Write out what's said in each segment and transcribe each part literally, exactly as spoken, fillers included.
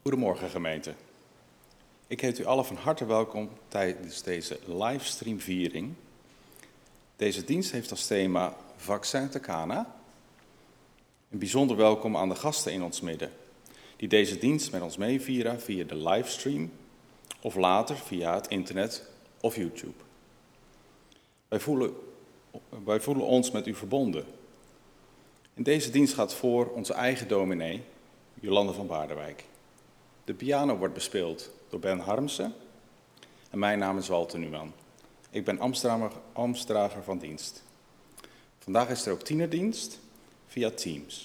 Goedemorgen gemeente. Ik heet u allen van harte welkom tijdens deze livestreamviering. Deze dienst heeft als thema Vaccin te Cana. Een bijzonder welkom aan de gasten in ons midden, die deze dienst met ons meevieren via de livestream of later via het internet of YouTube. Wij voelen, wij voelen ons met u verbonden. In deze dienst gaat voor onze eigen dominee, Jolande van Baardenwijk. De piano wordt bespeeld door Ben Harmsen en mijn naam is Walter Numan. Ik ben ambtsdrager van dienst. Vandaag is er ook tienerdienst via Teams.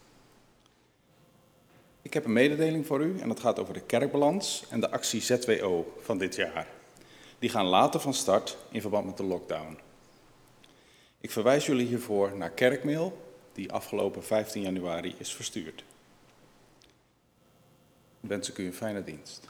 Ik heb een mededeling voor u en dat gaat over de kerkbalans en de actie Z W O van dit jaar. Die gaan later van start in verband met de lockdown. Ik verwijs jullie hiervoor naar kerkmail die afgelopen vijftien januari is verstuurd. Dan wens ik u een fijne dienst.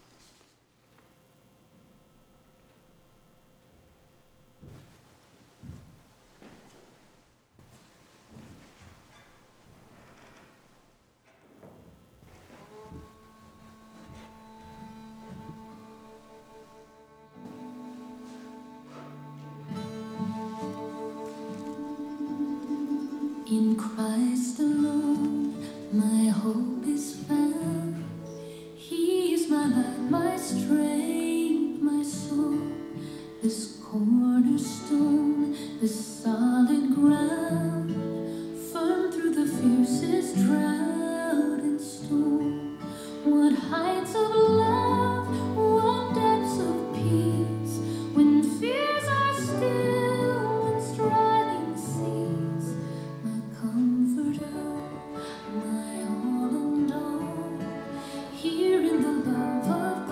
In Christ alone, my hope is found. He is my light, my strength, my soul. This cornerstone, this solid ground, firm through the fiercest drought and storm. What heights of love, what depths of peace, when fears are still, when striving cease. My comforter, my all and all, here in the love of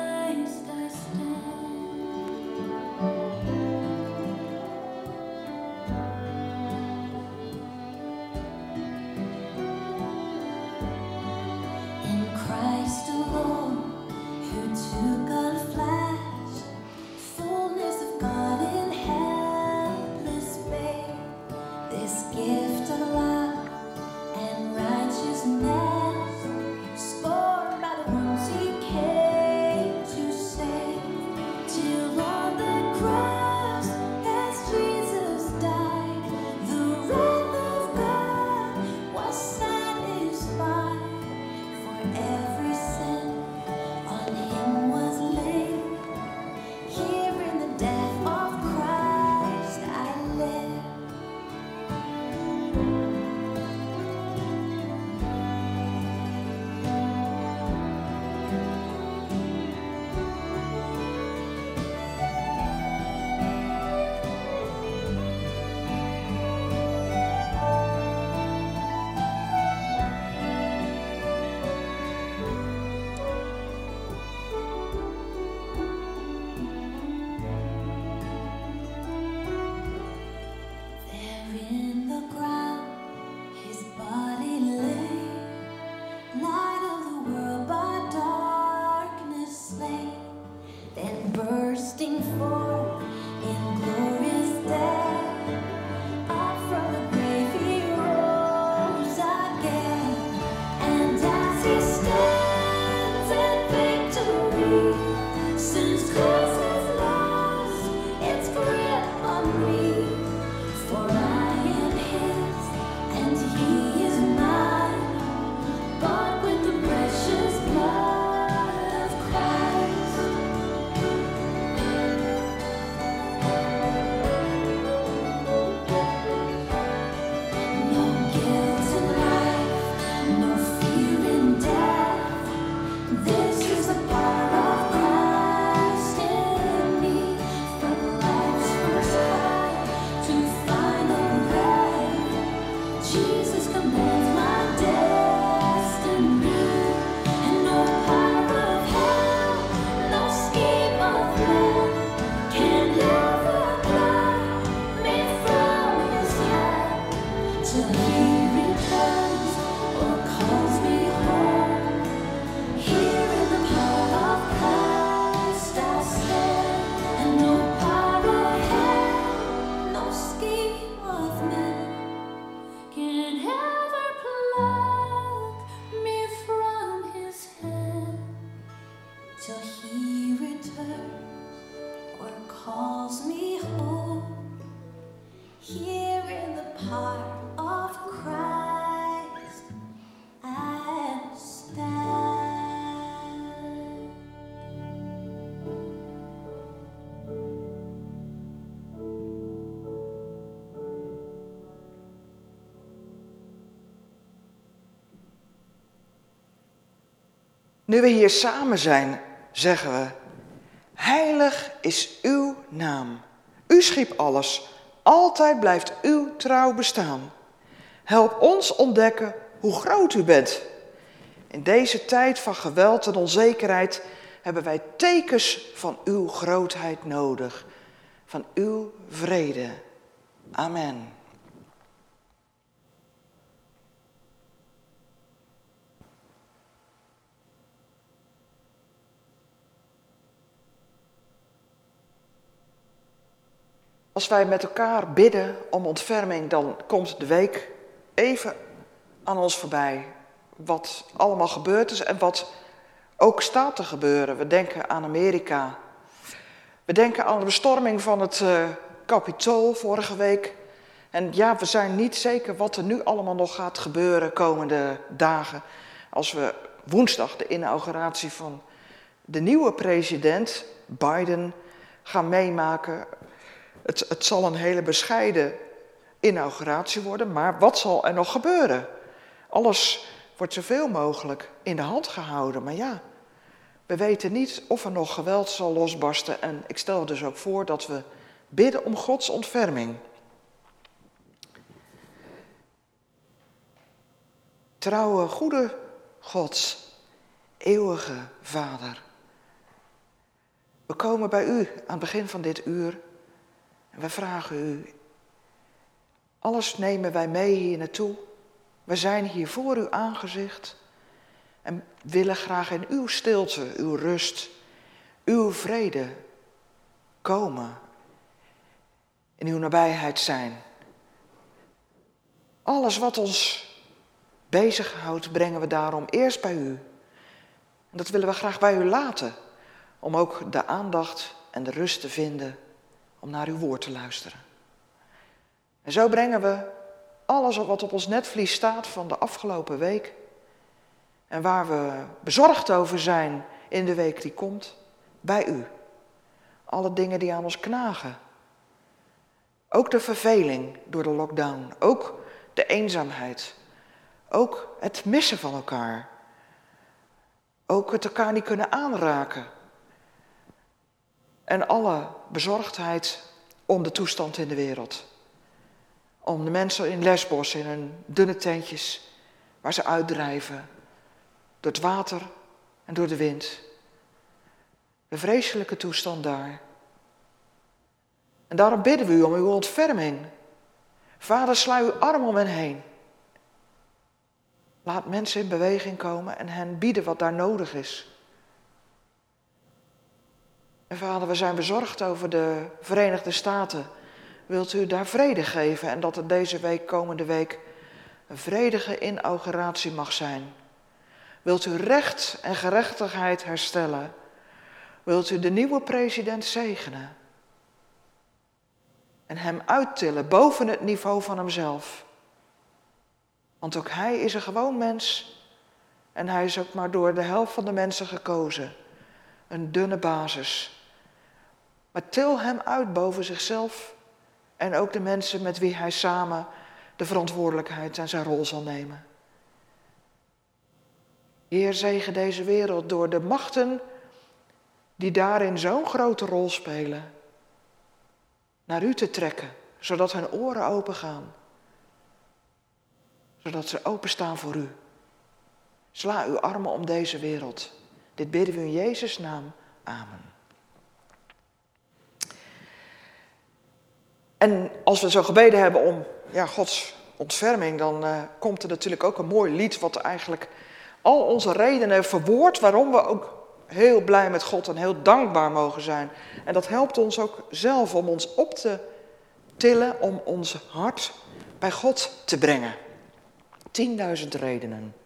Christ I stand. heart of Christ and stand. Nu we hier samen zijn, zeggen we: heilig is uw naam. U schiep alles. Altijd blijft uw trouw bestaan. Help ons ontdekken hoe groot u bent. In deze tijd van geweld en onzekerheid hebben wij tekens van uw grootheid nodig. Van uw vrede. Amen. Als wij met elkaar bidden om ontferming, dan komt de week even aan ons voorbij. Wat allemaal gebeurd is en wat ook staat te gebeuren. We denken aan Amerika. We denken aan de bestorming van het uh, Capitool vorige week. En ja, we zijn niet zeker wat er nu allemaal nog gaat gebeuren komende dagen. Als we woensdag de inauguratie van de nieuwe president, Biden, gaan meemaken. Het, het zal een hele bescheiden inauguratie worden, maar wat zal er nog gebeuren? Alles wordt zoveel mogelijk in de hand gehouden, maar ja, we weten niet of er nog geweld zal losbarsten. En ik stel dus ook voor dat we bidden om Gods ontferming. Trouwe, goede God, eeuwige Vader. We komen bij u aan het begin van dit uur en we vragen u, alles nemen wij mee hier naartoe. We zijn hier voor uw aangezicht en willen graag in uw stilte, uw rust, uw vrede komen. In uw nabijheid zijn. Alles wat ons bezighoudt, brengen we daarom eerst bij u. En dat willen we graag bij u laten, om ook de aandacht en de rust te vinden om naar uw woord te luisteren. En zo brengen we alles wat op ons netvlies staat van de afgelopen week en waar we bezorgd over zijn in de week die komt, bij u. Alle dingen die aan ons knagen. Ook de verveling door de lockdown, ook de eenzaamheid, ook het missen van elkaar, ook het elkaar niet kunnen aanraken. En alle bezorgdheid om de toestand in de wereld. Om de mensen in Lesbos in hun dunne tentjes waar ze uitdrijven. Door het water en door de wind. De vreselijke toestand daar. En daarom bidden we u om uw ontferming. Vader, sla uw arm om hen heen. Laat mensen in beweging komen en hen bieden wat daar nodig is. En Vader, we zijn bezorgd over de Verenigde Staten. Wilt u daar vrede geven en dat het deze week, komende week, een vredige inauguratie mag zijn. Wilt u recht en gerechtigheid herstellen. Wilt u de nieuwe president zegenen. En hem uittillen boven het niveau van hemzelf. Want ook hij is een gewoon mens. En hij is ook maar door de helft van de mensen gekozen. Een dunne basis. Maar til hem uit boven zichzelf. En ook de mensen met wie hij samen de verantwoordelijkheid en zijn rol zal nemen. Heer, zegen deze wereld door de machten die daarin zo'n grote rol spelen. Naar u te trekken, zodat hun oren open gaan. Zodat ze openstaan voor u. Sla uw armen om deze wereld. Dit bidden we in Jezus' naam. Amen. En als we zo gebeden hebben om ja, Gods ontferming, dan uh, komt er natuurlijk ook een mooi lied wat eigenlijk al onze redenen verwoordt waarom we ook heel blij met God en heel dankbaar mogen zijn. En dat helpt ons ook zelf om ons op te tillen, om ons hart bij God te brengen. Tienduizend redenen.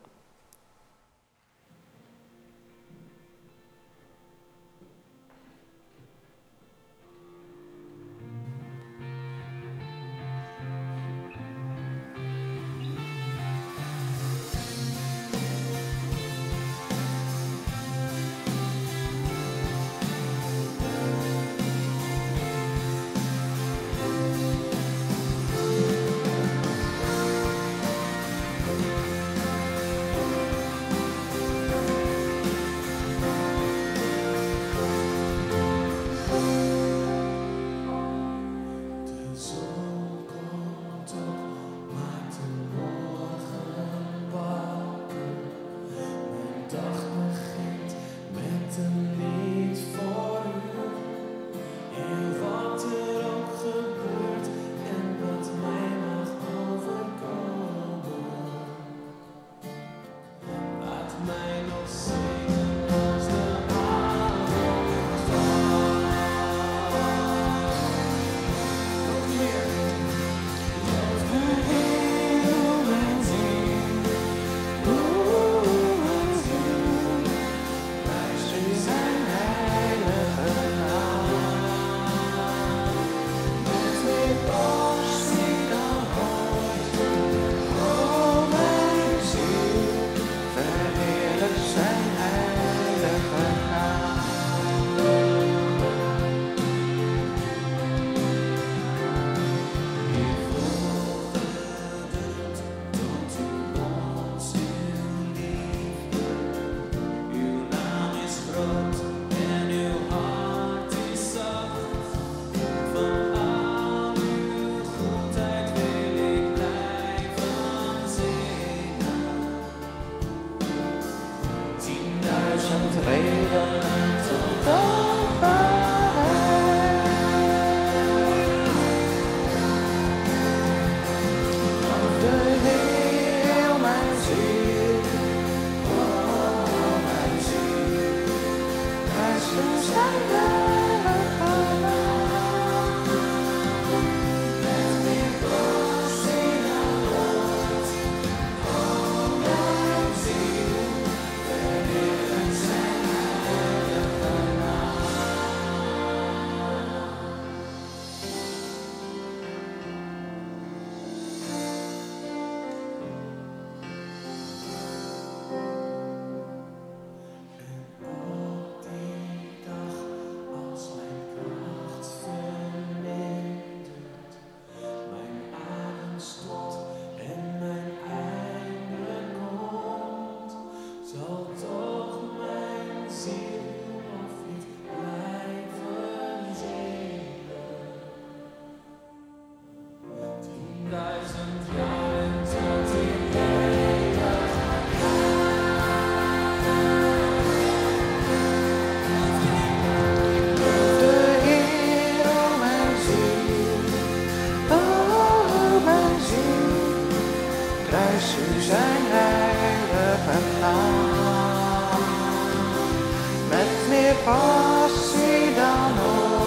passie dan ook.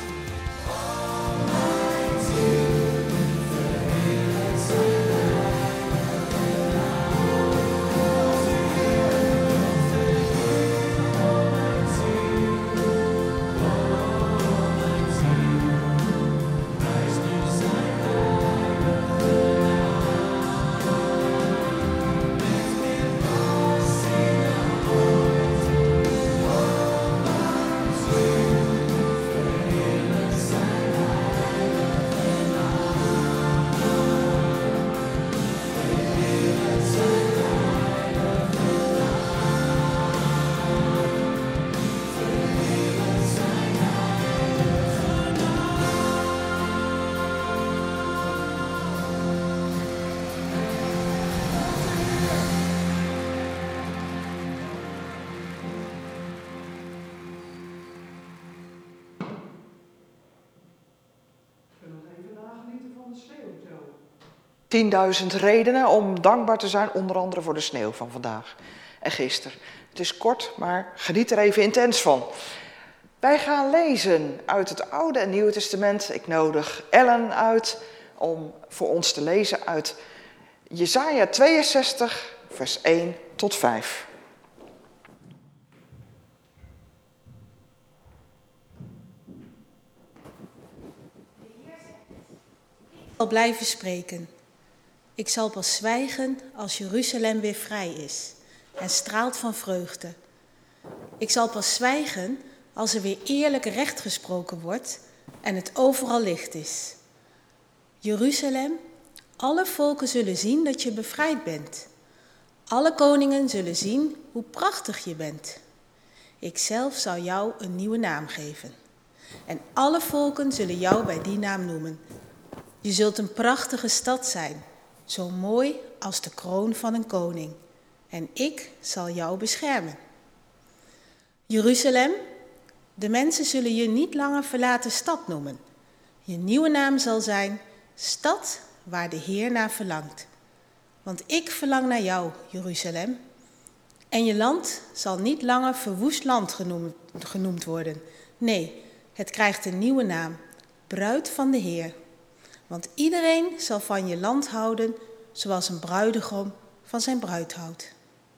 tienduizend redenen om dankbaar te zijn, onder andere voor de sneeuw van vandaag en gisteren. Het is kort, maar geniet er even intens van. Wij gaan lezen uit het Oude en Nieuwe Testament. Ik nodig Ellen uit om voor ons te lezen uit Jesaja tweeënzestig, vers één tot vijf. Ik zal blijven spreken. Ik zal pas zwijgen als Jeruzalem weer vrij is en straalt van vreugde. Ik zal pas zwijgen als er weer eerlijk recht gesproken wordt en het overal licht is. Jeruzalem, alle volken zullen zien dat je bevrijd bent. Alle koningen zullen zien hoe prachtig je bent. Ik zelf zal jou een nieuwe naam geven. En alle volken zullen jou bij die naam noemen. Je zult een prachtige stad zijn, zo mooi als de kroon van een koning. En ik zal jou beschermen. Jeruzalem, de mensen zullen je niet langer verlaten stad noemen. Je nieuwe naam zal zijn stad waar de Heer naar verlangt. Want ik verlang naar jou, Jeruzalem. En je land zal niet langer verwoest land genoemd, genoemd worden. Nee, het krijgt een nieuwe naam, bruid van de Heer. Want iedereen zal van je land houden zoals een bruidegom van zijn bruid houdt.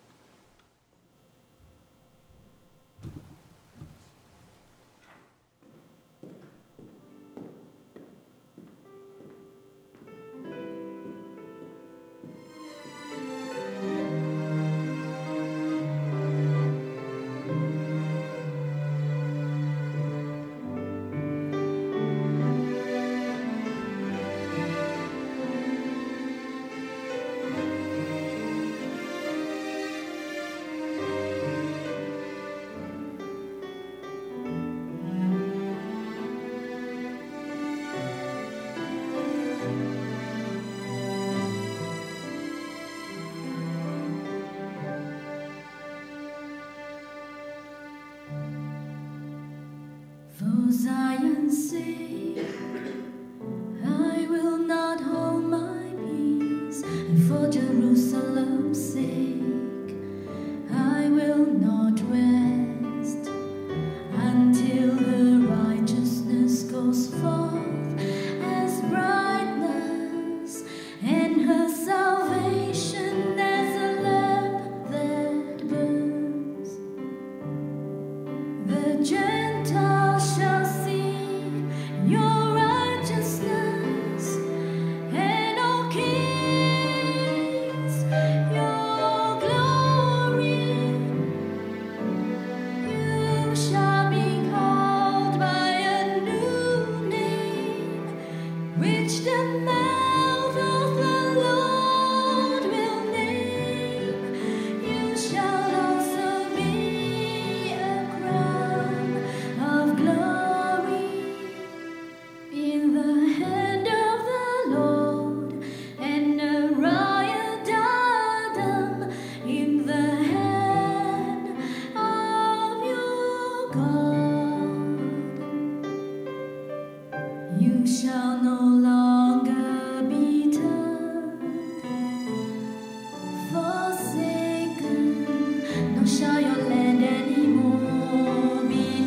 For Zion's sake, I will not hold my peace, and for Jerusalem's sake, I will not rest until her righteousness goes forth as brightness, and her salvation as a lamp that burns. The Gentiles shall see your righteousness, and all kings your glory. You shall be called by a new name, which the mouth of the Lord will name. You shall also be a crown of glory in the hand of the Lord, and a royal diadem in the hand of your God. You shall no longer be turned forsaken, nor shall your land anymore be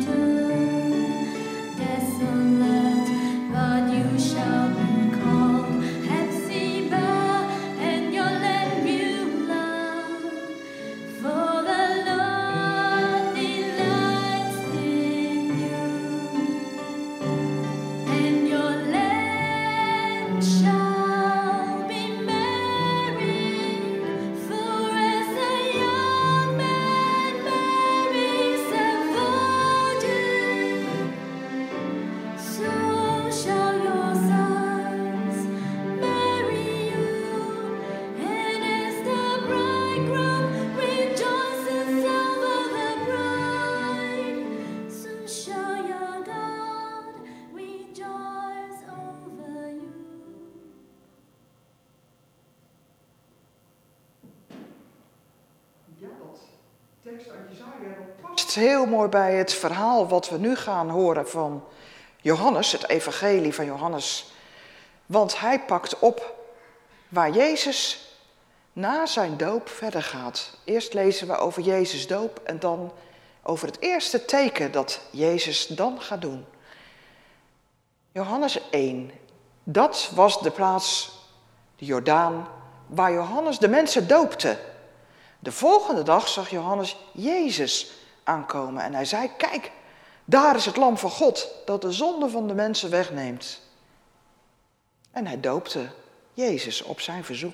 tekst uit Jesaja past heel mooi bij het verhaal wat we nu gaan horen van Johannes, het evangelie van Johannes. Want hij pakt op waar Jezus na zijn doop verder gaat. Eerst lezen we over Jezus' doop en dan over het eerste teken dat Jezus dan gaat doen. Johannes één, dat was de plaats, de Jordaan, waar Johannes de mensen doopte. De volgende dag zag Johannes Jezus aankomen en hij zei, kijk, daar is het lam van God dat de zonde van de mensen wegneemt. En hij doopte Jezus op zijn verzoek.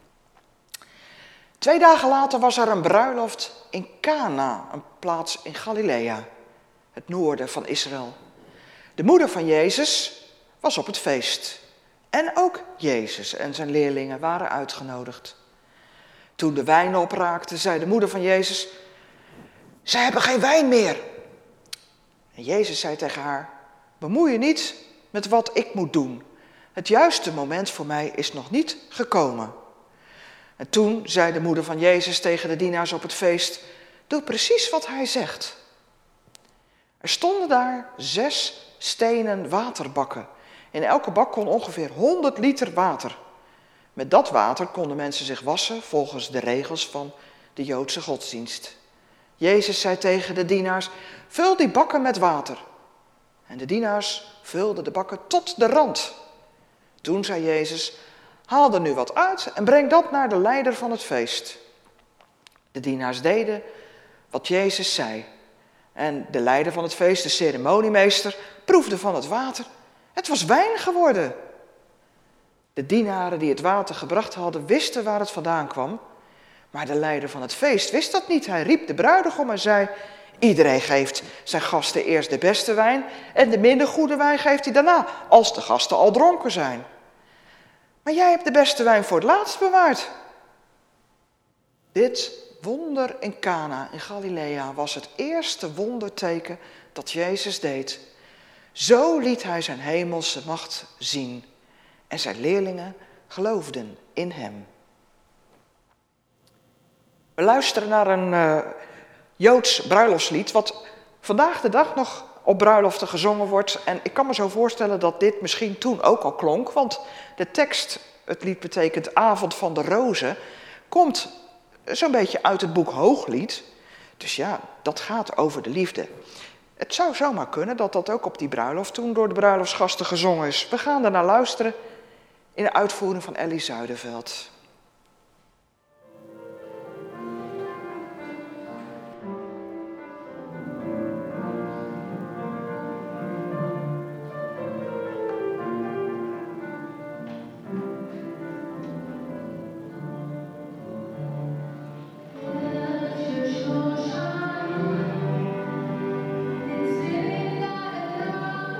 Twee dagen later was er een bruiloft in Cana, een plaats in Galilea, het noorden van Israël. De moeder van Jezus was op het feest. En ook Jezus en zijn leerlingen waren uitgenodigd. Toen de wijn opraakte, zei de moeder van Jezus, zij hebben geen wijn meer. En Jezus zei tegen haar, bemoei je niet met wat ik moet doen. Het juiste moment voor mij is nog niet gekomen. En toen zei de moeder van Jezus tegen de dienaars op het feest, doe precies wat hij zegt. Er stonden daar zes stenen waterbakken. In elke bak kon ongeveer honderd liter water. Met dat water konden mensen zich wassen volgens de regels van de Joodse godsdienst. Jezus zei tegen de dienaars, vul die bakken met water. En de dienaars vulden de bakken tot de rand. Toen zei Jezus, haal er nu wat uit en breng dat naar de leider van het feest. De dienaars deden wat Jezus zei. En de leider van het feest, de ceremoniemeester, proefde van het water. Het was wijn geworden. De dienaren die het water gebracht hadden, wisten waar het vandaan kwam. Maar de leider van het feest wist dat niet. Hij riep de bruidegom en zei, iedereen geeft zijn gasten eerst de beste wijn en de minder goede wijn geeft hij daarna, als de gasten al dronken zijn. Maar jij hebt de beste wijn voor het laatst bewaard. Dit wonder in Cana in Galilea was het eerste wonderteken dat Jezus deed. Zo liet hij zijn hemelse macht zien en zijn leerlingen geloofden in hem. We luisteren naar een uh, Joods bruiloftslied wat vandaag de dag nog op bruiloften gezongen wordt. En ik kan me zo voorstellen dat dit misschien toen ook al klonk, want de tekst, het lied betekent Avond van de Rozen, komt zo'n beetje uit het boek Hooglied. Dus ja, dat gaat over de liefde. Het zou zomaar kunnen dat dat ook op die bruiloft toen door de bruiloftsgasten gezongen is. We gaan ernaar luisteren in de uitvoering van Ellie Zuiderveld.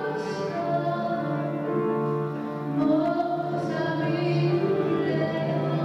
Oh,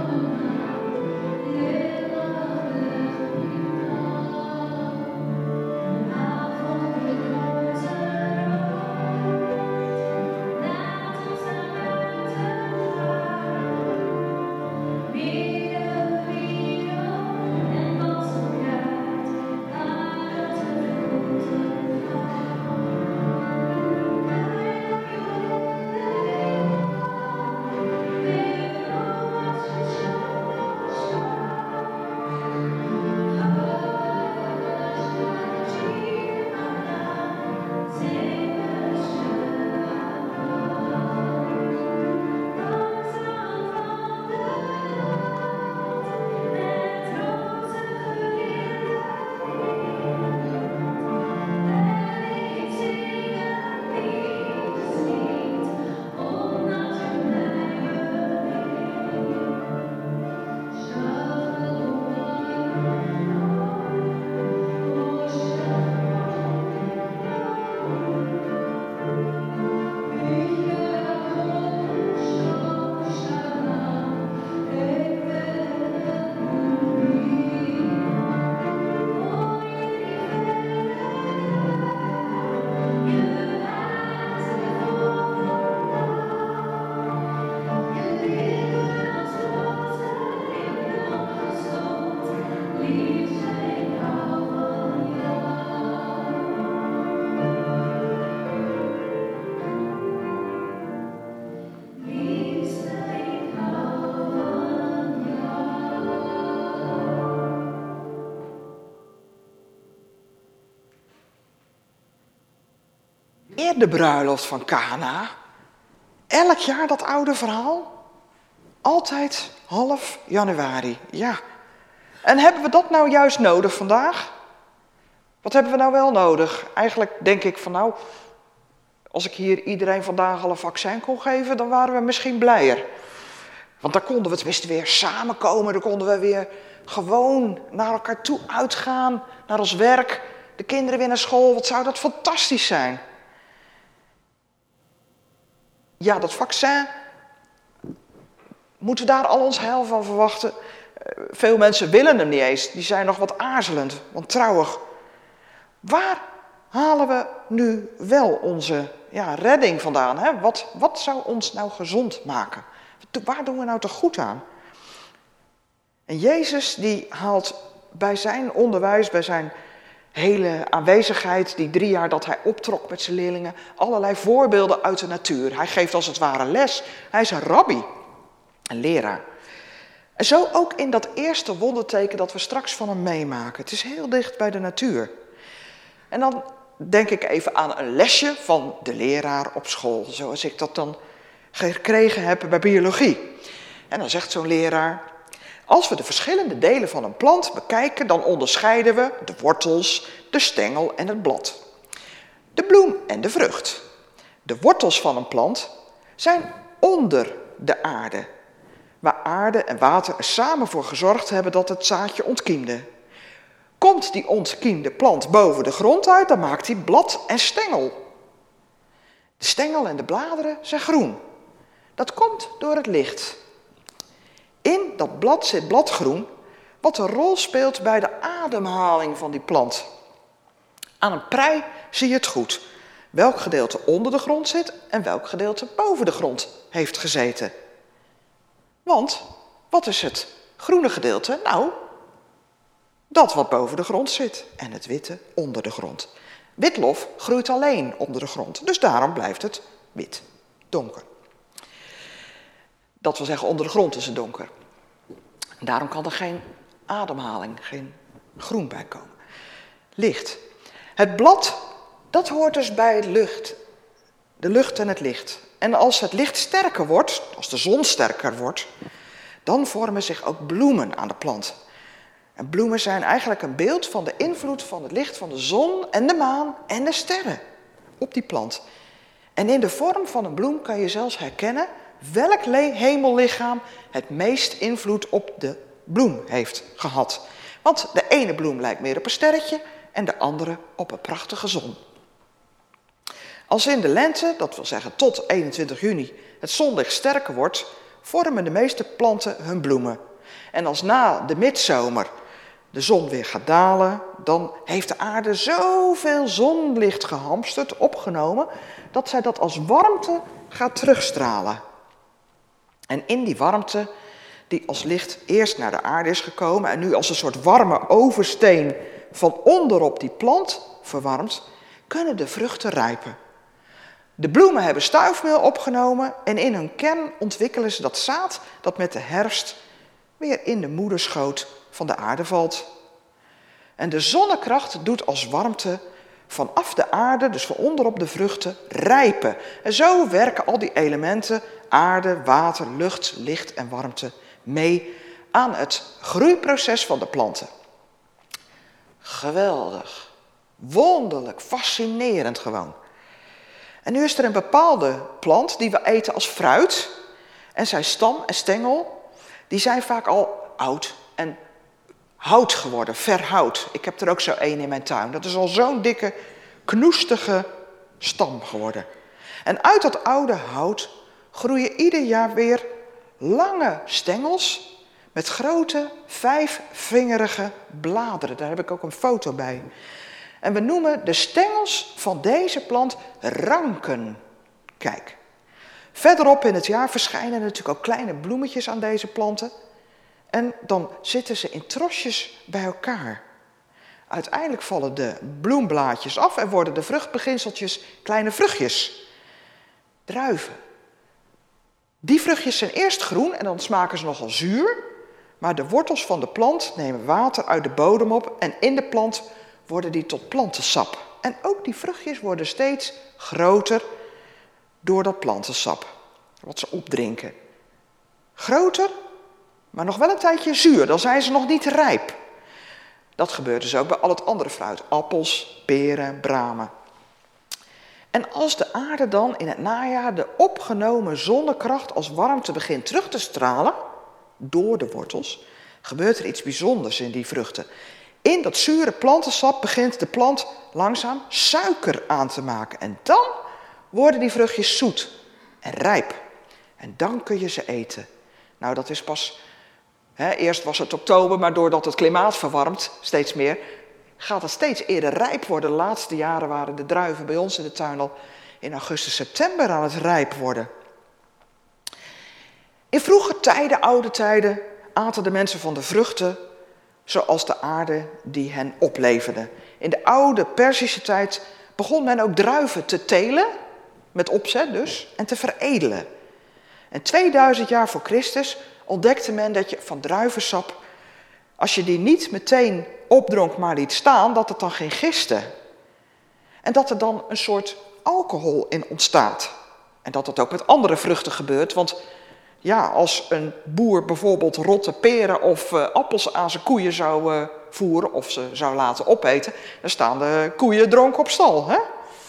weer de bruiloft van Kana. Elk jaar dat oude verhaal. Altijd half januari, ja. En hebben we dat nou juist nodig vandaag? Wat hebben we nou wel nodig? Eigenlijk denk ik van nou, als ik hier iedereen vandaag al een vaccin kon geven, dan waren we misschien blijer. Want dan konden we tenminste weer samenkomen, dan konden we weer gewoon naar elkaar toe uitgaan, naar ons werk, de kinderen weer naar school. Wat zou dat fantastisch zijn? Ja, dat vaccin, moeten we daar al ons heil van verwachten? Veel mensen willen hem niet eens, die zijn nog wat aarzelend, wantrouwig. Waar halen we nu wel onze ja, redding vandaan? Hè? Wat, wat zou ons nou gezond maken? Waar doen we nou toch goed aan? En Jezus die haalt bij zijn onderwijs, bij zijn hele aanwezigheid, die drie jaar dat hij optrok met zijn leerlingen, allerlei voorbeelden uit de natuur. Hij geeft als het ware les. Hij is een rabbi, een leraar. En zo ook in dat eerste wonderteken dat we straks van hem meemaken. Het is heel dicht bij de natuur. En dan denk ik even aan een lesje van de leraar op school, zoals ik dat dan gekregen heb bij biologie. En dan zegt zo'n leraar, als we de verschillende delen van een plant bekijken, dan onderscheiden we de wortels, de stengel en het blad. De bloem en de vrucht. De wortels van een plant zijn onder de aarde, waar aarde en water er samen voor gezorgd hebben dat het zaadje ontkiemde. Komt die ontkiemde plant boven de grond uit, dan maakt hij blad en stengel. De stengel en de bladeren zijn groen. Dat komt door het licht. In dat blad zit bladgroen, wat een rol speelt bij de ademhaling van die plant. Aan een prei zie je het goed, welk gedeelte onder de grond zit en welk gedeelte boven de grond heeft gezeten. Want, wat is het groene gedeelte? Nou, dat wat boven de grond zit en het witte onder de grond. Witlof groeit alleen onder de grond, dus daarom blijft het wit, donker. Dat wil zeggen, onder de grond is het donker. En daarom kan er geen ademhaling, geen groen bij komen. Licht. Het blad, dat hoort dus bij het lucht. De lucht en het licht. En als het licht sterker wordt, als de zon sterker wordt, dan vormen zich ook bloemen aan de plant. En bloemen zijn eigenlijk een beeld van de invloed van het licht van de zon en de maan en de sterren op die plant. En in de vorm van een bloem kan je zelfs herkennen welk hemellichaam het meest invloed op de bloem heeft gehad. Want de ene bloem lijkt meer op een sterretje en de andere op een prachtige zon. Als in de lente, dat wil zeggen tot eenentwintig juni, het zonlicht sterker wordt, vormen de meeste planten hun bloemen. En als na de midzomer de zon weer gaat dalen, dan heeft de aarde zoveel zonlicht gehamsterd, opgenomen, dat zij dat als warmte gaat terugstralen. En in die warmte, die als licht eerst naar de aarde is gekomen en nu als een soort warme oversteen van onderop die plant verwarmt, kunnen de vruchten rijpen. De bloemen hebben stuifmeel opgenomen en in hun kern ontwikkelen ze dat zaad dat met de herfst weer in de moederschoot van de aarde valt. En de zonnekracht doet als warmte vanaf de aarde, dus van onderop de vruchten, rijpen. En zo werken al die elementen, aarde, water, lucht, licht en warmte, mee aan het groeiproces van de planten. Geweldig, wonderlijk, fascinerend gewoon. En nu is er een bepaalde plant die we eten als fruit. En zijn stam en stengel, die zijn vaak al oud en hout geworden, verhout. Ik heb er ook zo één in mijn tuin. Dat is al zo'n dikke, knoestige stam geworden. En uit dat oude hout groeien ieder jaar weer lange stengels met grote, vijfvingerige bladeren. Daar heb ik ook een foto bij. En we noemen de stengels van deze plant ranken. Kijk, verderop in het jaar verschijnen natuurlijk ook kleine bloemetjes aan deze planten. En dan zitten ze in trosjes bij elkaar. Uiteindelijk vallen de bloemblaadjes af en worden de vruchtbeginseltjes kleine vruchtjes. Druiven. Die vruchtjes zijn eerst groen en dan smaken ze nogal zuur. Maar de wortels van de plant nemen water uit de bodem op en in de plant worden die tot plantensap En ook die vruchtjes worden steeds groter door dat plantensap, wat ze opdrinken. Groter, maar nog wel een tijdje zuur, dan zijn ze nog niet rijp. Dat gebeurt dus ook bij al het andere fruit, appels, peren, bramen. En als de aarde dan in het najaar de opgenomen zonnekracht als warmte begint terug te stralen, door de wortels, gebeurt er iets bijzonders in die vruchten. In dat zure plantensap begint de plant langzaam suiker aan te maken. En dan worden die vruchtjes zoet en rijp. En dan kun je ze eten. Nou, dat is pas, hè, eerst was het oktober, maar doordat het klimaat verwarmt steeds meer, gaat het steeds eerder rijp worden. De laatste jaren waren de druiven bij ons in de tuin al in augustus, september aan het rijp worden. In vroege tijden, oude tijden, aten de mensen van de vruchten zoals de aarde die hen opleverde. In de oude Perzische tijd begon men ook druiven te telen, met opzet dus, en te veredelen. En tweeduizend jaar voor Christus ontdekte men dat je van druivensap, als je die niet meteen opdronk maar liet staan, dat het dan ging gisten. En dat er dan een soort alcohol in ontstaat. En dat dat ook met andere vruchten gebeurt, want ja, als een boer bijvoorbeeld rotte peren of uh, appels aan zijn koeien zou uh, voeren of ze zou laten opeten, dan staan de koeien dronken op stal. Hè?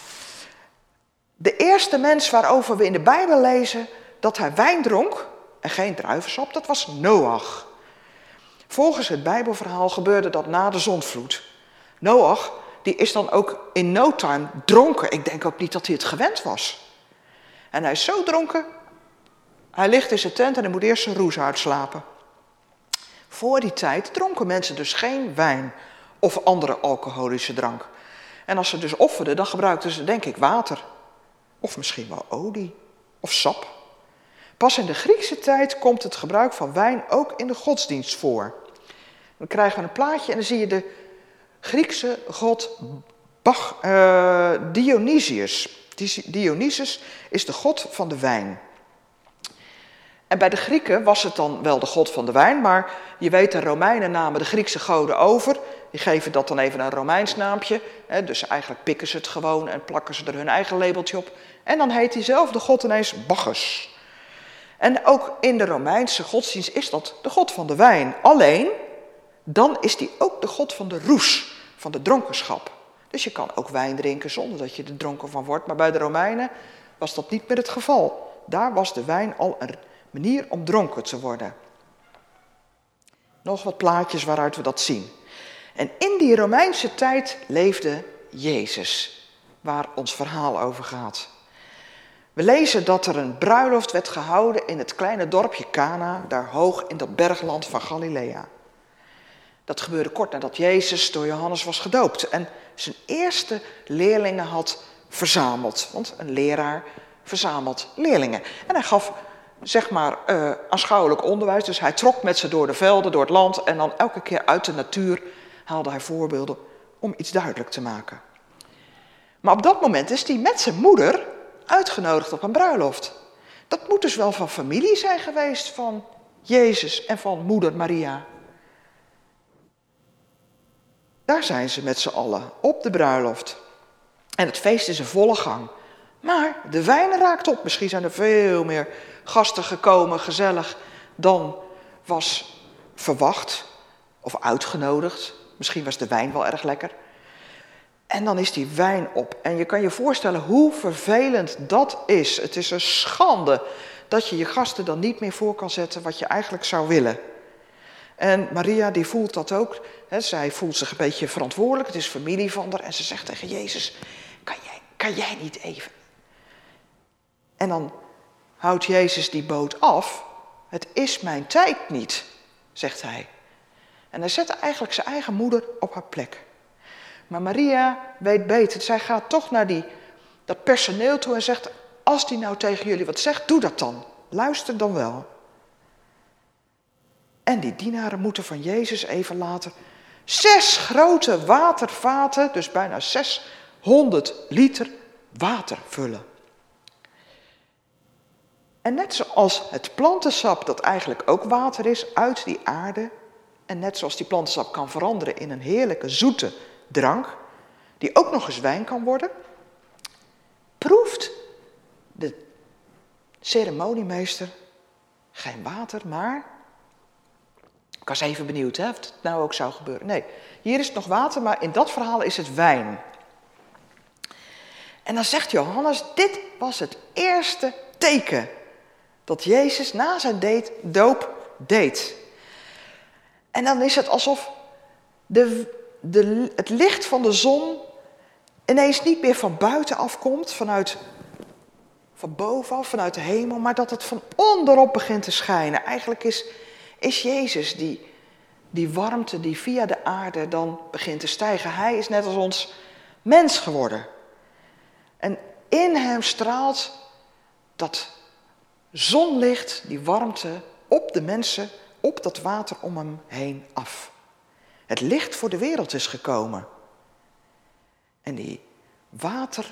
De eerste mens waarover we in de Bijbel lezen dat hij wijn dronk en geen druivensap, dat was Noach. Volgens het Bijbelverhaal gebeurde dat na de zondvloed. Noach, die is dan ook in no time dronken. Ik denk ook niet dat hij het gewend was. En hij is zo dronken, hij ligt in zijn tent en hij moet eerst zijn roes uitslapen. Voor die tijd dronken mensen dus geen wijn of andere alcoholische drank. En als ze dus offerden, dan gebruikten ze denk ik water. Of misschien wel olie of sap. Pas in de Griekse tijd komt het gebruik van wijn ook in de godsdienst voor. Dan krijgen we een plaatje en dan zie je de Griekse god Bach, uh, Dionysius. Dionysus is de god van de wijn. En bij de Grieken was het dan wel de god van de wijn, maar je weet, de Romeinen namen de Griekse goden over. Die geven dat dan even een Romeins naampje. Hè, dus eigenlijk pikken ze het gewoon en plakken ze er hun eigen labeltje op. En dan heet diezelfde god ineens Bacchus. En ook in de Romeinse godsdienst is dat de god van de wijn. Alleen, dan is die ook de god van de roes, van de dronkenschap. Dus je kan ook wijn drinken zonder dat je er dronken van wordt. Maar bij de Romeinen was dat niet meer het geval. Daar was de wijn al een manier om dronken te worden. Nog wat plaatjes waaruit we dat zien. En in die Romeinse tijd leefde Jezus, waar ons verhaal over gaat. We lezen dat er een bruiloft werd gehouden in het kleine dorpje Cana, daar hoog in dat bergland van Galilea. Dat gebeurde kort nadat Jezus door Johannes was gedoopt en zijn eerste leerlingen had verzameld. Want een leraar verzamelt leerlingen. En hij gaf, zeg maar, uh, aanschouwelijk onderwijs. Dus hij trok met ze door de velden, door het land en dan elke keer uit de natuur haalde hij voorbeelden om iets duidelijk te maken. Maar op dat moment is hij met zijn moeder uitgenodigd op een bruiloft. Dat moet dus wel van familie zijn geweest van Jezus en van moeder Maria. Daar zijn ze met z'n allen, op de bruiloft. En het feest is in volle gang. Maar de wijn raakt op. Misschien zijn er veel meer gasten gekomen, gezellig, dan was verwacht of uitgenodigd. Misschien was de wijn wel erg lekker. En dan is die wijn op. En je kan je voorstellen hoe vervelend dat is. Het is een schande dat je je gasten dan niet meer voor kan zetten wat je eigenlijk zou willen. En Maria die voelt dat ook. Hè, zij voelt zich een beetje verantwoordelijk. Het is familie van haar. En ze zegt tegen Jezus, kan jij, kan jij niet even? En dan houdt Jezus die boot af. Het is mijn tijd niet, zegt hij. En hij zet eigenlijk zijn eigen moeder op haar plek. Maar Maria weet beter. Zij gaat toch naar die, dat personeel toe en zegt, als die nou tegen jullie wat zegt, doe dat dan. Luister dan wel. En die dienaren moeten van Jezus even later zes grote watervaten, dus bijna zeshonderd liter water vullen. En net zoals het plantensap, dat eigenlijk ook water is, uit die aarde, en net zoals die plantensap kan veranderen in een heerlijke zoete drank, die ook nog eens wijn kan worden, proeft de ceremoniemeester geen water, maar... Ik was even benieuwd hè, of het nou ook zou gebeuren. Nee, hier is het nog water, maar in dat verhaal is het wijn. En dan zegt Johannes, dit was het eerste teken dat Jezus na zijn deed, doop deed. En dan is het alsof de, de, het licht van de zon ineens niet meer van buiten afkomt, vanuit, van bovenaf, vanuit de hemel, maar dat het van onderop begint te schijnen. Eigenlijk is, is Jezus die, die warmte die via de aarde dan begint te stijgen. Hij is net als ons mens geworden. En in hem straalt dat zonlicht, die warmte, op de mensen, op dat water om hem heen af. Het licht voor de wereld is gekomen. En die water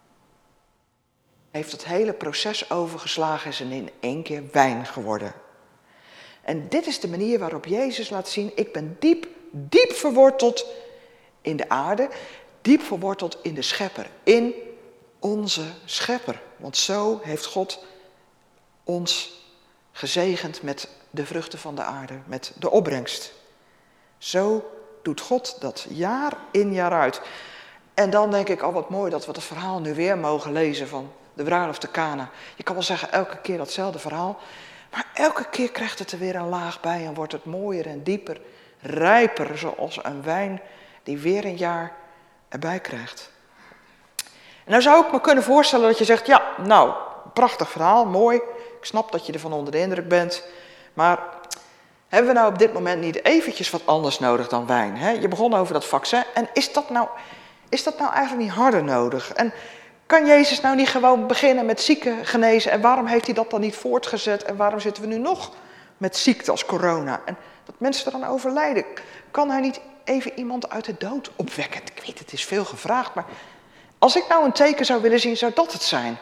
heeft het hele proces overgeslagen en is in één keer wijn geworden. En dit is de manier waarop Jezus laat zien, ik ben diep, diep verworteld in de aarde, diep verworteld in de schepper, in onze schepper. Want zo heeft God ons gezegend met de vruchten van de aarde, met de opbrengst. Zo doet God dat jaar in jaar uit. En dan denk ik, oh wat mooi dat we het verhaal nu weer mogen lezen van de bruiloft te Kana. Je kan wel zeggen, elke keer datzelfde verhaal. Maar elke keer krijgt het er weer een laag bij en wordt het mooier en dieper, rijper, zoals een wijn die weer een jaar erbij krijgt. En nou zou ik me kunnen voorstellen dat je zegt, ja, nou, prachtig verhaal, mooi. Ik snap dat je ervan onder de indruk bent. Maar hebben we nou op dit moment niet eventjes wat anders nodig dan wijn? Hè? Je begon over dat vaccin. En is dat, nou, is dat nou eigenlijk niet harder nodig? En kan Jezus nou niet gewoon beginnen met zieken genezen? En waarom heeft hij dat dan niet voortgezet? En waarom zitten we nu nog met ziekte als corona? En dat mensen er dan overlijden. Kan hij niet even iemand uit de dood opwekken? Ik weet, het is veel gevraagd, maar als ik nou een teken zou willen zien, zou dat het zijn.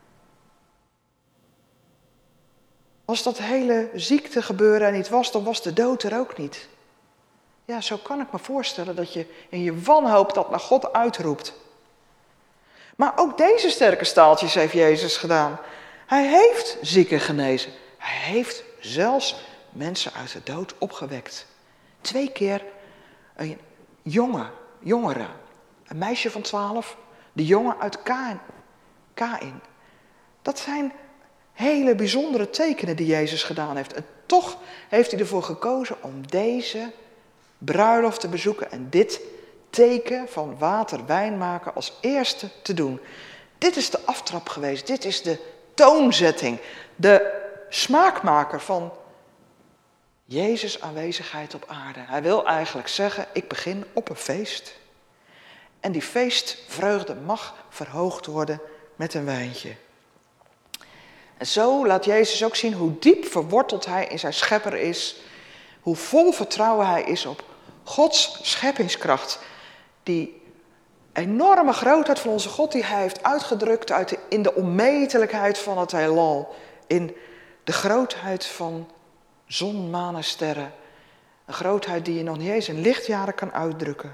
Als dat hele ziekte gebeuren er niet was, dan was de dood er ook niet. Ja, zo kan ik me voorstellen dat je in je wanhoop dat naar God uitroept. Maar ook deze sterke staaltjes heeft Jezus gedaan. Hij heeft zieken genezen. Hij heeft zelfs mensen uit de dood opgewekt. Twee keer een jonge, jongere, een meisje van twaalf, de jongen uit Kain. Kain. Dat zijn hele bijzondere tekenen die Jezus gedaan heeft. En toch heeft hij ervoor gekozen om deze bruiloft te bezoeken en dit teken van water wijn maken als eerste te doen. Dit is de aftrap geweest. Dit is de toonzetting. De smaakmaker van Jezus' aanwezigheid op aarde. Hij wil eigenlijk zeggen, ik begin op een feest. En die feestvreugde mag verhoogd worden met een wijntje. En zo laat Jezus ook zien hoe diep verworteld hij in zijn schepper is. Hoe vol vertrouwen hij is op Gods scheppingskracht. Die enorme grootheid van onze God die hij heeft uitgedrukt uit de, in de onmetelijkheid van het heelal. In de grootheid van zon, maan en sterren. Een grootheid die je nog niet eens in lichtjaren kan uitdrukken.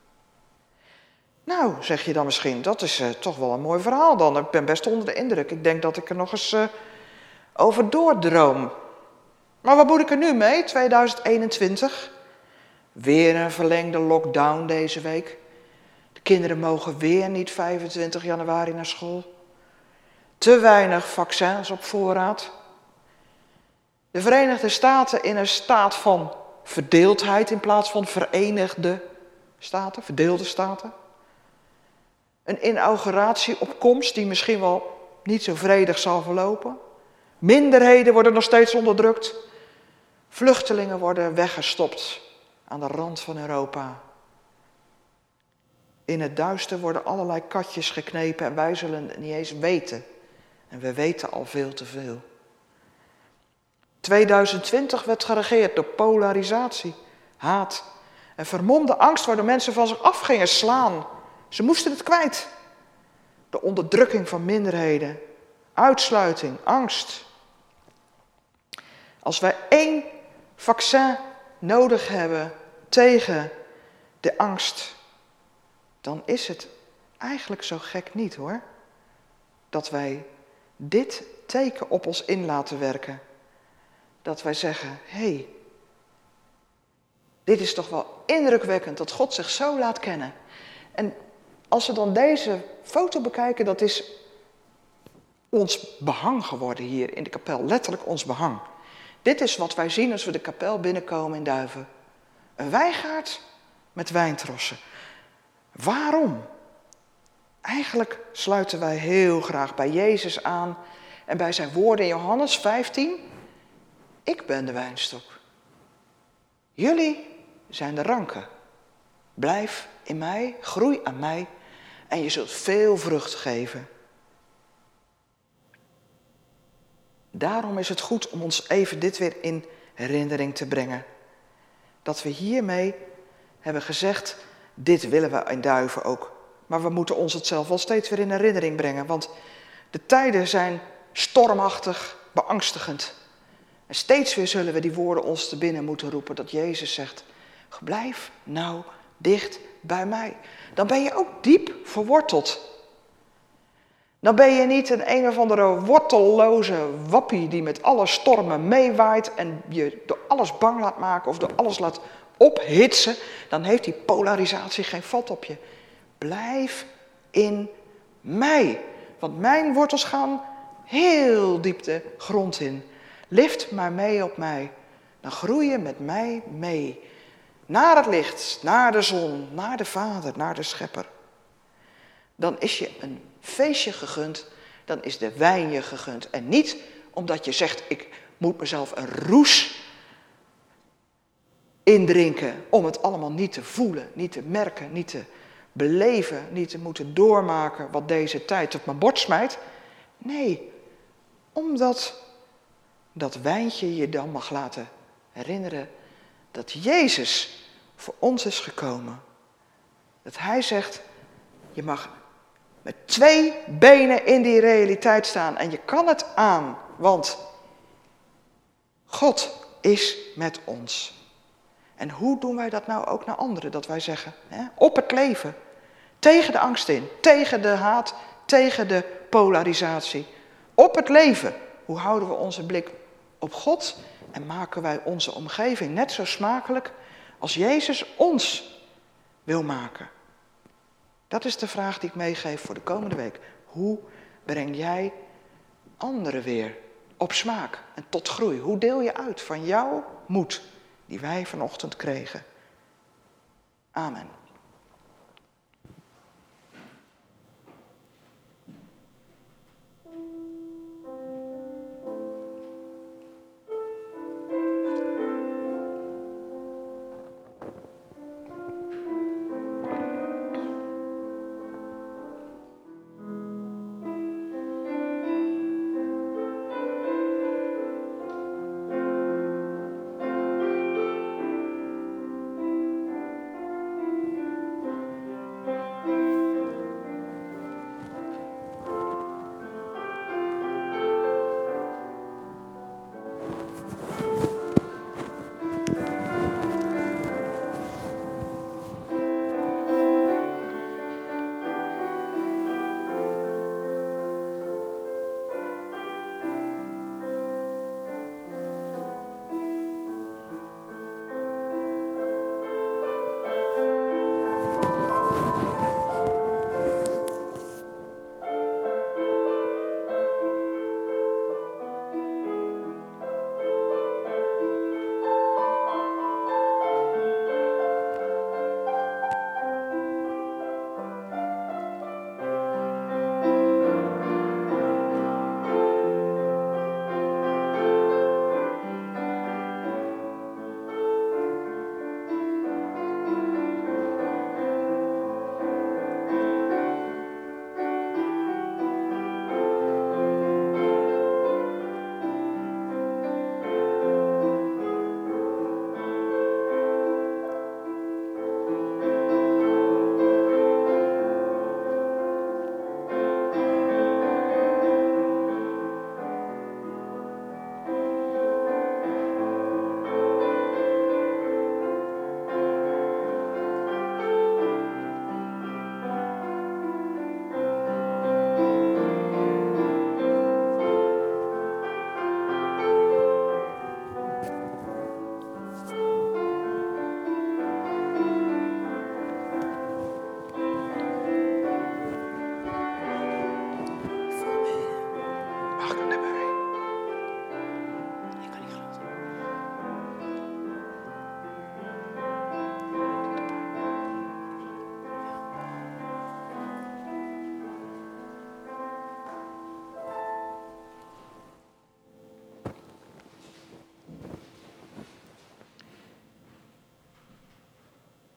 Nou, zeg je dan misschien, dat is uh, toch wel een mooi verhaal dan. Ik ben best onder de indruk. Ik denk dat ik er nog eens uh, over doordroom. Maar wat moet ik er nu mee, tweeduizend eenentwintig? Weer een verlengde lockdown deze week. De kinderen mogen weer niet vijfentwintig januari naar school. Te weinig vaccins op voorraad. De Verenigde Staten in een staat van verdeeldheid in plaats van verenigde staten, verdeelde staten. Een inauguratie op komst die misschien wel niet zo vredig zal verlopen. Minderheden worden nog steeds onderdrukt. Vluchtelingen worden weggestopt aan de rand van Europa. In het duister worden allerlei katjes geknepen en wij zullen het niet eens weten. En we weten al veel te veel. tweeduizend twintig werd geregeerd door polarisatie, haat en vermomde angst waardoor mensen van zich af gingen slaan. Ze moesten het kwijt. De onderdrukking van minderheden, uitsluiting, angst. Als wij één vaccin nodig hebben tegen de angst, dan is het eigenlijk zo gek niet hoor, dat wij dit teken op ons in laten werken. Dat wij zeggen, hé, hey, dit is toch wel indrukwekkend dat God zich zo laat kennen. En als we dan deze foto bekijken, dat is ons behang geworden hier in de kapel. Letterlijk ons behang. Dit is wat wij zien als we de kapel binnenkomen in Duiven. Een wijngaard met wijntrossen. Waarom? Eigenlijk sluiten wij heel graag bij Jezus aan en bij zijn woorden in Johannes vijftien. Ik ben de wijnstok. Jullie zijn de ranken. Blijf in mij, groei aan mij en je zult veel vrucht geven. Daarom is het goed om ons even dit weer in herinnering te brengen. Dat we hiermee hebben gezegd, dit willen we in Duiven ook. Maar we moeten ons het zelf wel steeds weer in herinnering brengen. Want de tijden zijn stormachtig, beangstigend. En steeds weer zullen we die woorden ons te binnen moeten roepen. Dat Jezus zegt, blijf nou dicht bij mij. Dan ben je ook diep verworteld. Dan ben je niet een een of andere wortelloze wappie die met alle stormen meewaait en je door alles bang laat maken of door alles laat ophitsen. Dan heeft die polarisatie geen vat op je. Blijf in mij, want mijn wortels gaan heel diep de grond in. Lift maar mee op mij, dan groei je met mij mee. Naar het licht, naar de zon, naar de Vader, naar de Schepper. Dan is je een feestje gegund, dan is de wijn je gegund. En niet omdat je zegt, ik moet mezelf een roes indrinken om het allemaal niet te voelen, niet te merken, niet te beleven, niet te moeten doormaken wat deze tijd op mijn bord smijt. Nee, omdat dat wijntje je dan mag laten herinneren dat Jezus voor ons is gekomen. Dat hij zegt, je mag met twee benen in die realiteit staan en je kan het aan, want God is met ons. En hoe doen wij dat nou ook naar anderen? Dat wij zeggen, hè, op het leven, tegen de angst in, tegen de haat, tegen de polarisatie. Op het leven, hoe houden we onze blik op God en maken wij onze omgeving net zo smakelijk als Jezus ons wil maken? Dat is de vraag die ik meegeef voor de komende week. Hoe breng jij anderen weer op smaak en tot groei? Hoe deel je uit van jouw moed die wij vanochtend kregen? Amen.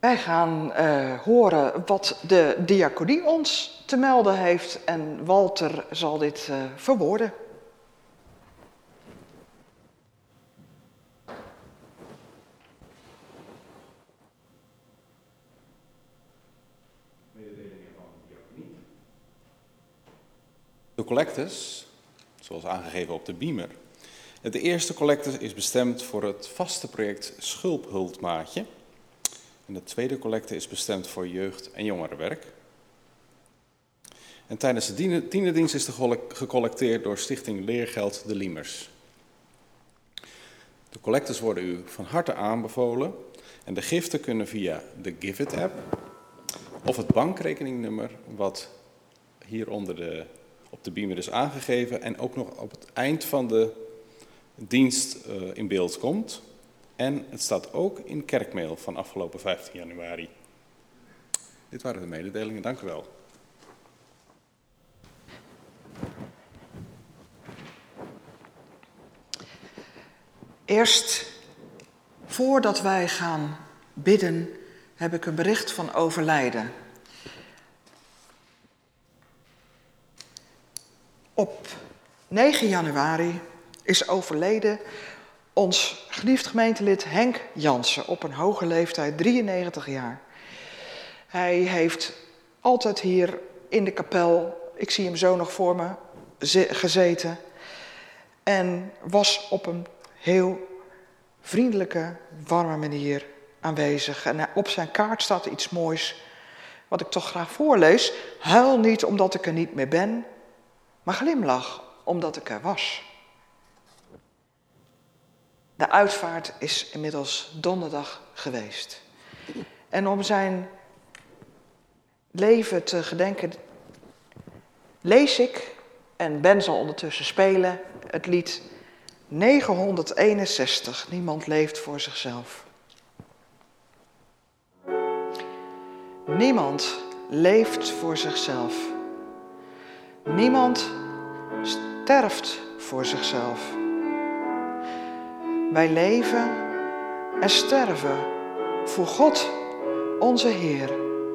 Wij gaan uh, horen wat de diaconie ons te melden heeft en Walter zal dit uh, verwoorden. De collectes, zoals aangegeven op de beamer. De eerste collecte is bestemd voor het vaste project Schulphulpmaatje. En de tweede collecte is bestemd voor jeugd- en jongerenwerk. En tijdens de tienerdienst is er gecollecteerd door Stichting Leergeld de Liemers. De collectes worden u van harte aanbevolen. En de giften kunnen via de Give It app of het bankrekeningnummer wat hier onder de, op de beamer is aangegeven en ook nog op het eind van de dienst uh, in beeld komt. En het staat ook in kerkmail van afgelopen vijftien januari. Dit waren de mededelingen, dank u wel. Eerst, voordat wij gaan bidden, heb ik een bericht van overlijden. Op negen januari is overleden ons geliefd gemeentelid Henk Jansen op een hoge leeftijd, drieënnegentig jaar. Hij heeft altijd hier in de kapel, ik zie hem zo nog voor me, gezeten. En was op een heel vriendelijke, warme manier aanwezig. En op zijn kaart staat iets moois, wat ik toch graag voorlees. Huil niet omdat ik er niet meer ben, maar glimlach omdat ik er was. De uitvaart is inmiddels donderdag geweest. En om zijn leven te gedenken, lees ik, en Ben zal ondertussen spelen, het lied negenhonderdeenenzestig. Niemand leeft voor zichzelf. Niemand leeft voor zichzelf. Niemand sterft voor zichzelf. Wij leven en sterven voor God, onze Heer.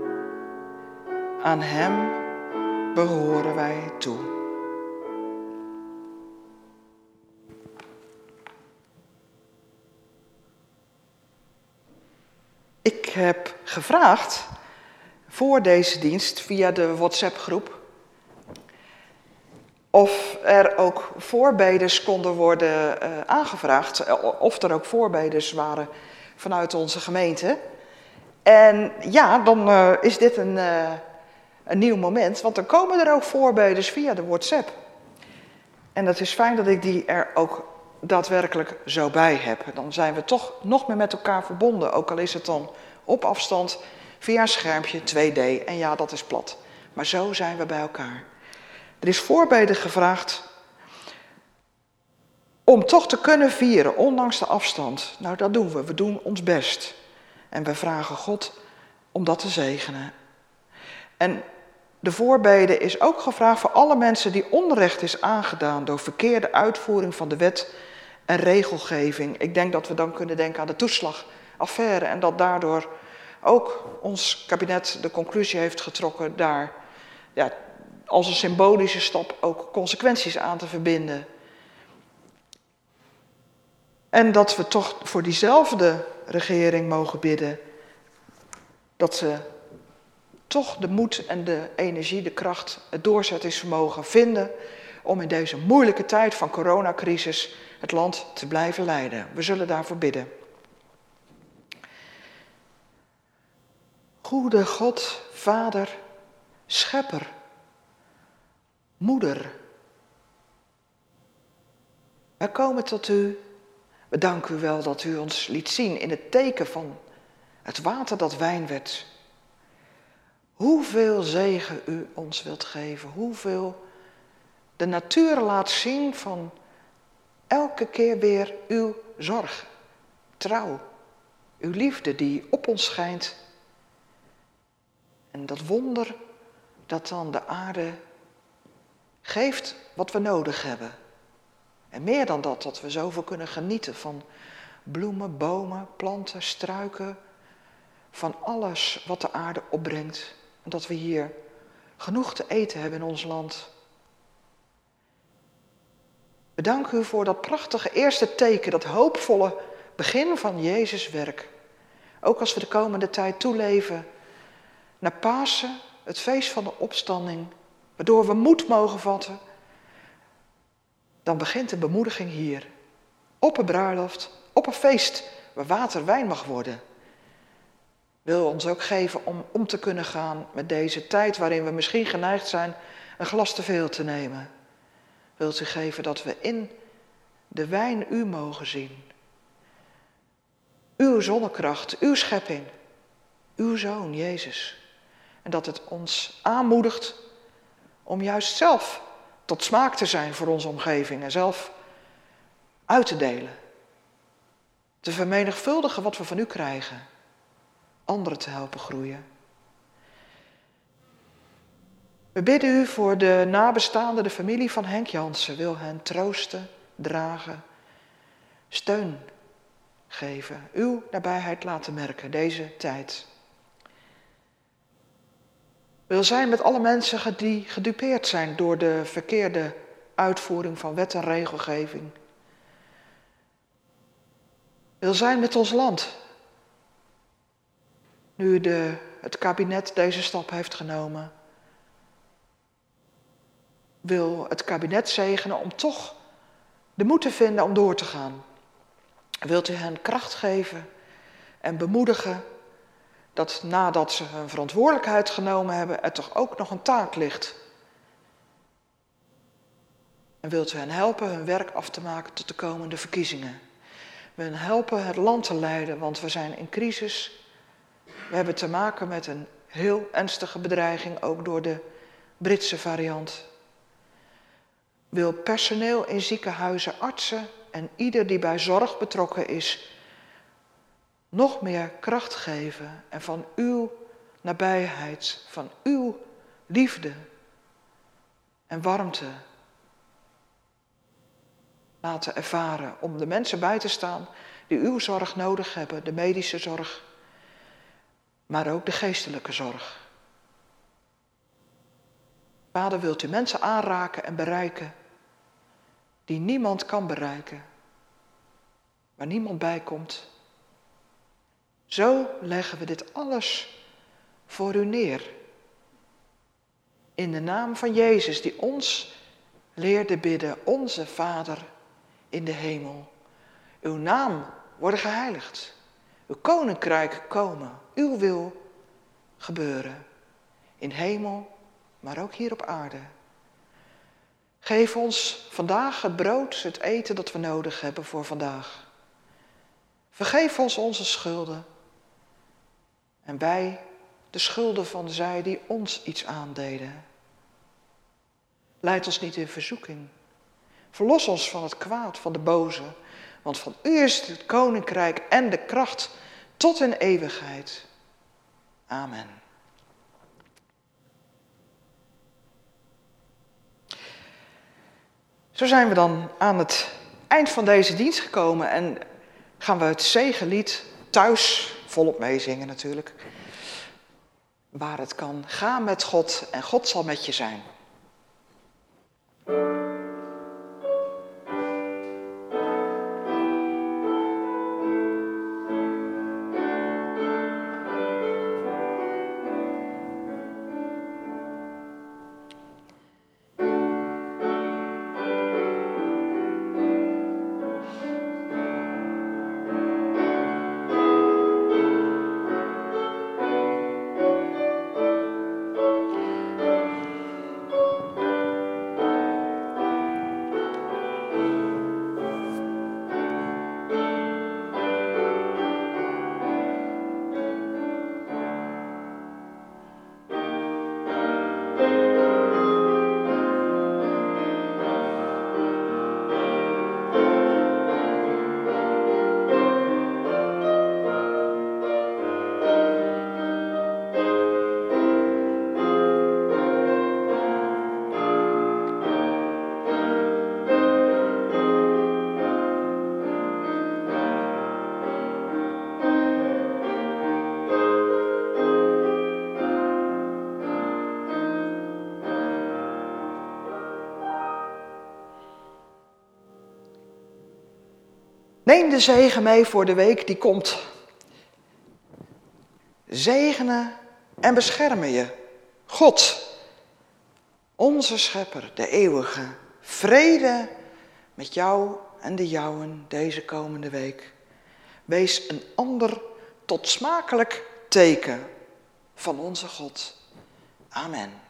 Aan Hem behoren wij toe. Ik heb gevraagd voor deze dienst via de WhatsApp-groep of er ook voorbedes konden worden uh, aangevraagd, of er ook voorbedes waren vanuit onze gemeente. En ja, dan uh, is dit een, uh, een nieuw moment, want dan komen er ook voorbedes via de WhatsApp. En het is fijn dat ik die er ook daadwerkelijk zo bij heb. Dan zijn we toch nog meer met elkaar verbonden, ook al is het dan op afstand via een schermpje twee D. En ja, dat is plat. Maar zo zijn we bij elkaar. Er is voorbeden gevraagd om toch te kunnen vieren, ondanks de afstand. Nou, dat doen we. We doen ons best. En we vragen God om dat te zegenen. En de voorbeden is ook gevraagd voor alle mensen die onrecht is aangedaan door verkeerde uitvoering van de wet en regelgeving. Ik denk dat we dan kunnen denken aan de toeslagaffaire en dat daardoor ook ons kabinet de conclusie heeft getrokken daar ja, als een symbolische stap ook consequenties aan te verbinden. En dat we toch voor diezelfde regering mogen bidden dat ze toch de moed en de energie, de kracht, het doorzettingsvermogen vinden om in deze moeilijke tijd van coronacrisis het land te blijven leiden. We zullen daarvoor bidden. Goede God, Vader, Schepper, Moeder. Wij komen tot u. We danken u wel dat u ons liet zien in het teken van het water dat wijn werd. Hoeveel zegen u ons wilt geven. Hoeveel de natuur laat zien van elke keer weer uw zorg, trouw, uw liefde die op ons schijnt. En dat wonder dat dan de aarde geeft wat we nodig hebben. En meer dan dat, dat we zoveel kunnen genieten van bloemen, bomen, planten, struiken, van alles wat de aarde opbrengt. En dat we hier genoeg te eten hebben in ons land. We danken u voor dat prachtige eerste teken, dat hoopvolle begin van Jezus' werk. Ook als we de komende tijd toeleven naar Pasen, het feest van de opstanding, waardoor we moed mogen vatten, dan begint de bemoediging hier. Op een bruiloft, op een feest waar water wijn mag worden. Wil ons ook geven om om te kunnen gaan met deze tijd waarin we misschien geneigd zijn een glas te veel te nemen. Wilt u geven dat we in de wijn u mogen zien. Uw zonnekracht, uw schepping, uw Zoon Jezus. En dat het ons aanmoedigt om juist zelf tot smaak te zijn voor onze omgeving en zelf uit te delen. Te vermenigvuldigen wat we van u krijgen. Anderen te helpen groeien. We bidden u voor de nabestaanden, de familie van Henk Jansen. Wil hen troosten, dragen, steun geven. Uw nabijheid laten merken, deze tijd. Wil zijn met alle mensen die gedupeerd zijn door de verkeerde uitvoering van wet en regelgeving. Wil zijn met ons land. Nu de, het kabinet deze stap heeft genomen. Wil het kabinet zegenen om toch de moed te vinden om door te gaan. Wilt u hen kracht geven en bemoedigen dat nadat ze hun verantwoordelijkheid genomen hebben, er toch ook nog een taak ligt. En wilt u hen helpen hun werk af te maken tot de komende verkiezingen. We hen helpen het land te leiden, want we zijn in crisis. We hebben te maken met een heel ernstige bedreiging, ook door de Britse variant. Wil personeel in ziekenhuizen, artsen en ieder die bij zorg betrokken is, nog meer kracht geven en van uw nabijheid, van uw liefde en warmte laten ervaren om de mensen bij te staan die uw zorg nodig hebben, de medische zorg, maar ook de geestelijke zorg. Vader, wilt u mensen aanraken en bereiken die niemand kan bereiken, waar niemand bij komt. Zo leggen we dit alles voor u neer. In de naam van Jezus, die ons leerde bidden, onze Vader in de hemel. Uw naam worden geheiligd. Uw koninkrijk komen. Uw wil gebeuren. In hemel, maar ook hier op aarde. Geef ons vandaag het brood, het eten dat we nodig hebben voor vandaag. Vergeef ons onze schulden. En wij de schulden van zij die ons iets aandeden. Leid ons niet in verzoeking. Verlos ons van het kwaad, van de boze. Want van u is het koninkrijk en de kracht tot in eeuwigheid. Amen. Zo zijn we dan aan het eind van deze dienst gekomen en gaan we het zegenlied thuis volop meezingen natuurlijk. Waar het kan, ga met God en God zal met je zijn. Neem de zegen mee voor de week die komt. Zegenen en beschermen je. God, onze schepper, de eeuwige. Vrede met jou en de jouwen deze komende week. Wees een ander tot smakelijk teken van onze God. Amen.